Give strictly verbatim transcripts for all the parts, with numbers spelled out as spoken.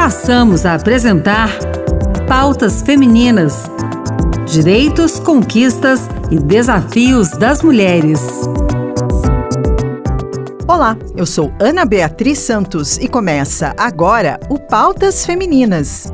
passamos a apresentar Pautas Femininas: Direitos, Conquistas e Desafios das Mulheres. Olá, eu sou Ana Beatriz Santos e começa agora o Pautas Femininas.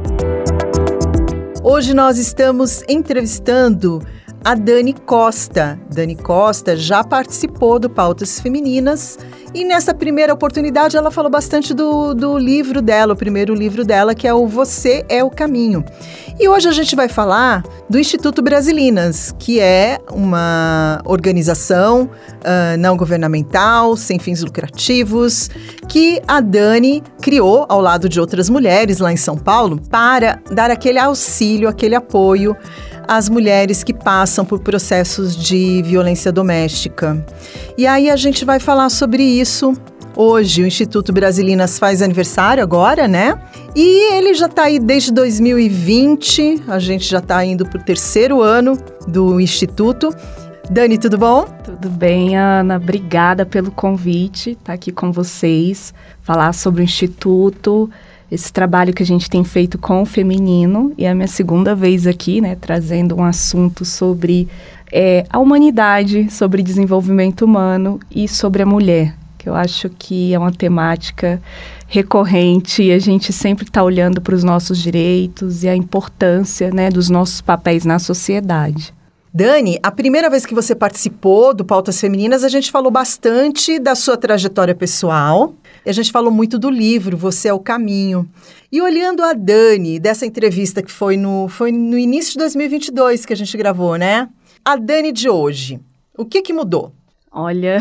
Hoje nós estamos entrevistando a Dani Costa. Dani Costa já participou do Pautas Femininas e nessa primeira oportunidade ela falou bastante do, do livro dela, o primeiro livro dela, que é o Você é o Caminho. E hoje a gente vai falar do Instituto Brasilinas, que é uma organização uh, não governamental, sem fins lucrativos, que a Dani criou ao lado de outras mulheres lá em São Paulo para dar aquele auxílio, aquele apoio às mulheres que passam por processos de violência doméstica. E aí a gente vai falar sobre isso hoje. O Instituto Brasilinas faz aniversário agora, né? E ele já está aí desde dois mil e vinte, a gente já está indo para o terceiro ano do Instituto. Dani, tudo bom? Tudo bem, Ana. Obrigada pelo convite, estar aqui com vocês, falar sobre o Instituto, esse trabalho que a gente tem feito com o feminino. E é a minha segunda vez aqui, né, trazendo um assunto sobre é, a humanidade, sobre desenvolvimento humano e sobre a mulher, que eu acho que é uma temática recorrente e a gente sempre está olhando para os nossos direitos e a importância, né, dos nossos papéis na sociedade. Dani, a primeira vez que você participou do Pautas Femininas, a gente falou bastante da sua trajetória pessoal. A gente falou muito do livro, Você é o Caminho. E olhando a Dani, dessa entrevista que foi no, foi no início de dois mil e vinte e dois que a gente gravou, né? A Dani de hoje, o que que mudou? Olha,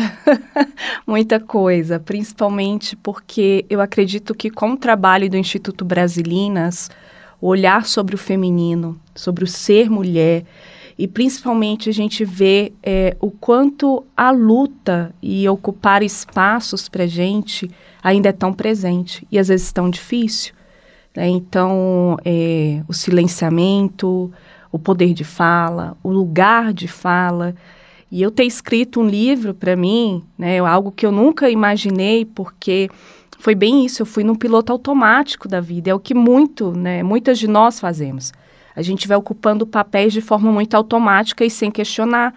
muita coisa, principalmente porque eu acredito que com o trabalho do Instituto Brasilinas, o olhar sobre o feminino, sobre o ser mulher, e principalmente a gente vê é, o quanto a luta e ocupar espaços para a gente ainda é tão presente e às vezes tão difícil, né? Então, é, o silenciamento, o poder de fala, o lugar de fala. E eu ter escrito um livro para mim, né, algo que eu nunca imaginei, porque foi bem isso, eu fui num piloto automático da vida, é o que muito, né, muitas de nós fazemos. A gente vai ocupando papéis de forma muito automática e sem questionar.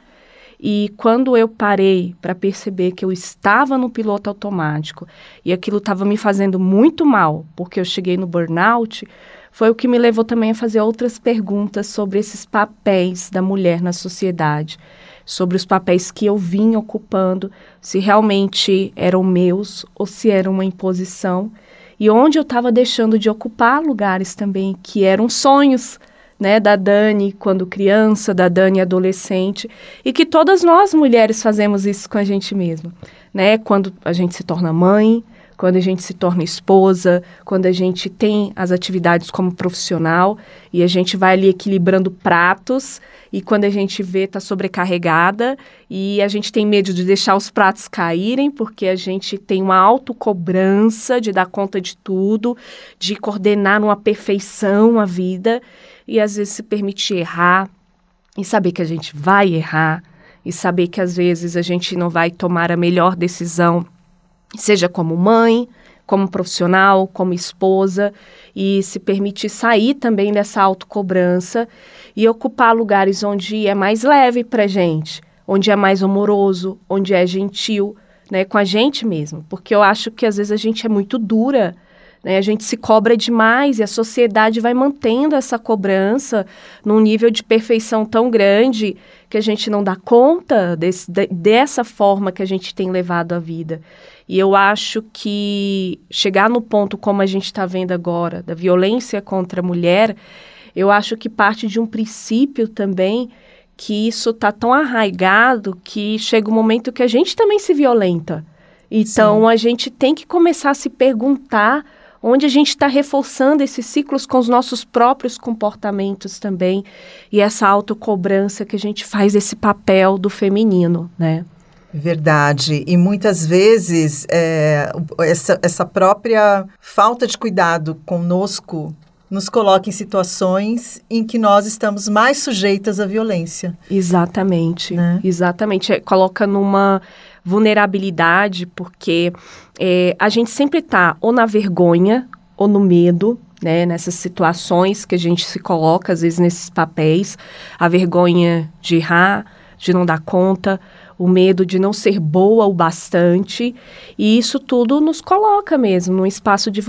E quando eu parei para perceber que eu estava no piloto automático e aquilo estava me fazendo muito mal, porque eu cheguei no burnout, foi o que me levou também a fazer outras perguntas sobre esses papéis da mulher na sociedade, sobre os papéis que eu vim ocupando, se realmente eram meus ou se era uma imposição, e onde eu estava deixando de ocupar lugares também que eram sonhos, né, da Dani quando criança, da Dani adolescente, e que todas nós mulheres fazemos isso com a gente mesma, né, quando a gente se torna mãe, quando a gente se torna esposa, quando a gente tem as atividades como profissional e a gente vai ali equilibrando pratos e quando a gente vê tá sobrecarregada e a gente tem medo de deixar os pratos caírem porque a gente tem uma autocobrança de dar conta de tudo, de coordenar numa perfeição a vida e às vezes se permitir errar e saber que a gente vai errar e saber que às vezes a gente não vai tomar a melhor decisão, seja como mãe, como profissional, como esposa, e se permitir sair também dessa autocobrança e ocupar lugares onde é mais leve para a gente, onde é mais amoroso, onde é gentil, né, com a gente mesmo. Porque eu acho que às vezes a gente é muito dura, né, a gente se cobra demais e a sociedade vai mantendo essa cobrança num nível de perfeição tão grande que a gente não dá conta desse, de, dessa forma que a gente tem levado a vida. E eu acho que chegar no ponto como a gente está vendo agora, da violência contra a mulher, eu acho que parte de um princípio também que isso está tão arraigado que chega um momento que a gente também se violenta. Então, sim, a gente tem que começar a se perguntar onde a gente está reforçando esses ciclos com os nossos próprios comportamentos também e essa autocobrança que a gente faz desse papel do feminino, né? Verdade. E muitas vezes é, essa, essa própria falta de cuidado conosco nos coloca em situações em que nós estamos mais sujeitas à violência. Exatamente, né? Exatamente. É, coloca numa vulnerabilidade, porque é, a gente sempre está ou na vergonha, ou no medo, né, nessas situações que a gente se coloca, às vezes, nesses papéis, a vergonha de errar, de não dar conta, o medo de não ser boa o bastante, e isso tudo nos coloca mesmo num espaço de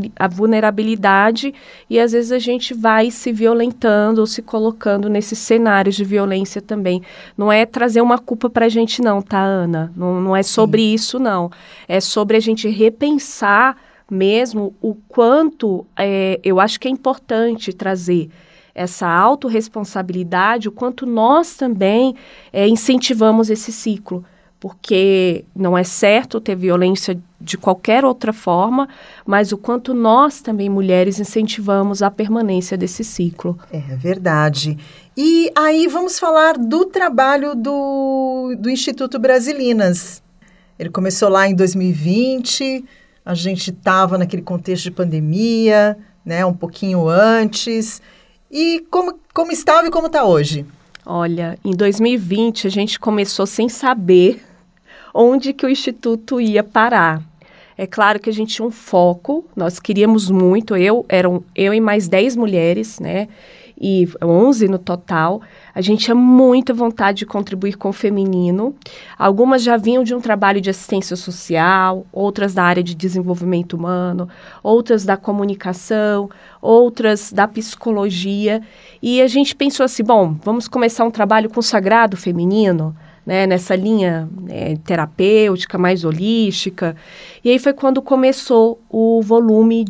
vulnerabilidade, e às vezes a gente vai se violentando ou se colocando nesses cenários de violência também. Não é trazer uma culpa pra gente não, tá, Ana? Não, não é sobre Sim. isso, não. É sobre a gente repensar mesmo o quanto é, eu acho que é importante trazer essa autorresponsabilidade, o quanto nós também é, incentivamos esse ciclo, porque não é certo ter violência de qualquer outra forma, mas o quanto nós também, mulheres, incentivamos a permanência desse ciclo. É verdade. E aí vamos falar do trabalho do, do Instituto Brasilinas. Ele começou lá em dois mil e vinte, a gente estava naquele contexto de pandemia, né, um pouquinho antes. E como, como estava e como está hoje? Olha, em dois mil e vinte a gente começou sem saber onde que o Instituto ia parar. É claro que a gente tinha um foco, nós queríamos muito, eu, eram eu e mais dez mulheres, né? E onze no total, a gente tinha muita vontade de contribuir com o feminino. Algumas já vinham de um trabalho de assistência social, outras da área de desenvolvimento humano, outras da comunicação, outras da psicologia. E a gente pensou assim, bom, vamos começar um trabalho com o sagrado feminino, né, nessa linha né, terapêutica, mais holística. E aí foi quando começou o volume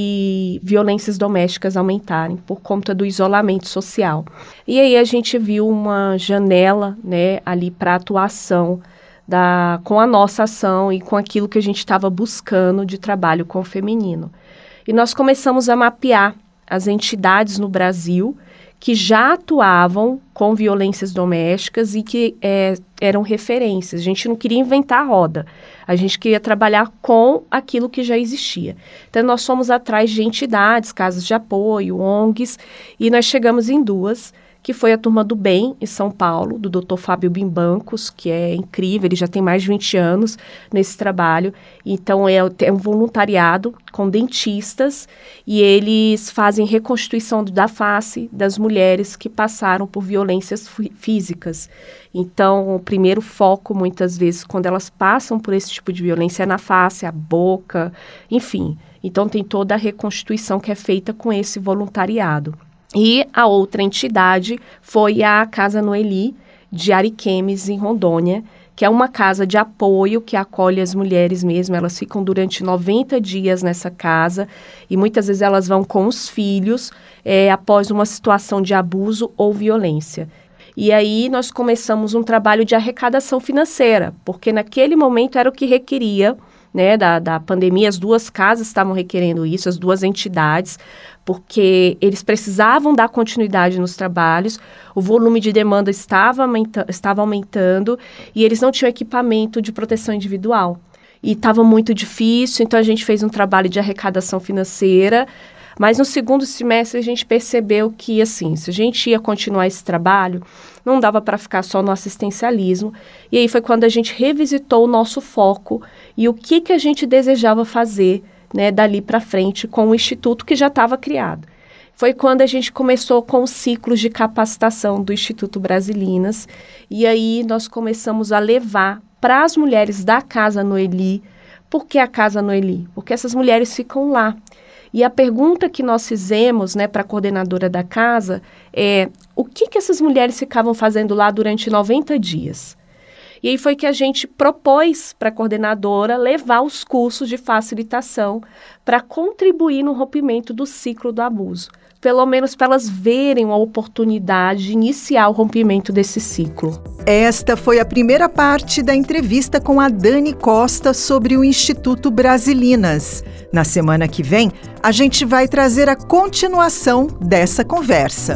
de violências domésticas aumentarem por conta do isolamento social. E aí a gente viu uma janela né, ali para atuação da, com a nossa ação e com aquilo que a gente estava buscando de trabalho com o feminino. E nós começamos a mapear as entidades no Brasil que já atuavam com violências domésticas e que é, eram referências. A gente não queria inventar a roda, a gente queria trabalhar com aquilo que já existia. Então, nós fomos atrás de entidades, casas de apoio, O N Gs, e nós chegamos em duas, que foi a Turma do Bem, em São Paulo, do doutor Fábio Bimbancos, que é incrível, ele já tem mais de vinte anos nesse trabalho. Então, é, é um voluntariado com dentistas e eles fazem reconstituição da face das mulheres que passaram por violências físicas. Então, o primeiro foco, muitas vezes, quando elas passam por esse tipo de violência, é na face, a boca, enfim. Então, tem toda a reconstituição que é feita com esse voluntariado. E a outra entidade foi a Casa Noeli, de Ariquemes, em Rondônia, que é uma casa de apoio que acolhe as mulheres mesmo. Elas ficam durante noventa dias nessa casa e muitas vezes elas vão com os filhos é, após uma situação de abuso ou violência. E aí nós começamos um trabalho de arrecadação financeira, porque naquele momento era o que requeria, né, da, da pandemia. As duas casas estavam requerendo isso, as duas entidades, porque eles precisavam dar continuidade nos trabalhos, o volume de demanda estava, aumenta, estava aumentando e eles não tinham equipamento de proteção individual. E estava muito difícil, então a gente fez um trabalho de arrecadação financeira, mas no segundo semestre a gente percebeu que, assim, se a gente ia continuar esse trabalho, não dava para ficar só no assistencialismo. E aí foi quando a gente revisitou o nosso foco e o que, que a gente desejava fazer, né, dali para frente com o Instituto que já estava criado. Foi quando a gente começou com os ciclos de capacitação do Instituto Brasilinas. E aí nós começamos a levar para as mulheres da Casa Noeli. Por que a Casa Noeli? Porque essas mulheres ficam lá. E a pergunta que nós fizemos, né, para a coordenadora da casa é o que, que essas mulheres ficavam fazendo lá durante noventa dias? E aí foi que a gente propôs para a coordenadora levar os cursos de facilitação para contribuir no rompimento do ciclo do abuso. Pelo menos para elas verem a oportunidade de iniciar o rompimento desse ciclo. Esta foi a primeira parte da entrevista com a Dani Costa sobre o Instituto Brasilinas. Na semana que vem, a gente vai trazer a continuação dessa conversa.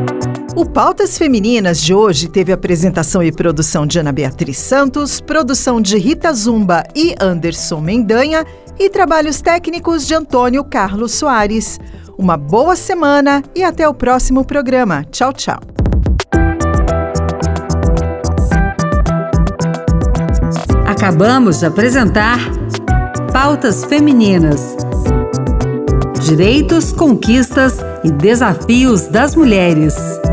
O Pautas Femininas de hoje teve apresentação e produção de Ana Beatriz Santos, produção de Rita Zumba e Anderson Mendanha e trabalhos técnicos de Antônio Carlos Soares. Uma boa semana e até o próximo programa. Tchau, tchau. Acabamos de apresentar Pautas Femininas. Direitos, conquistas e desafios das mulheres.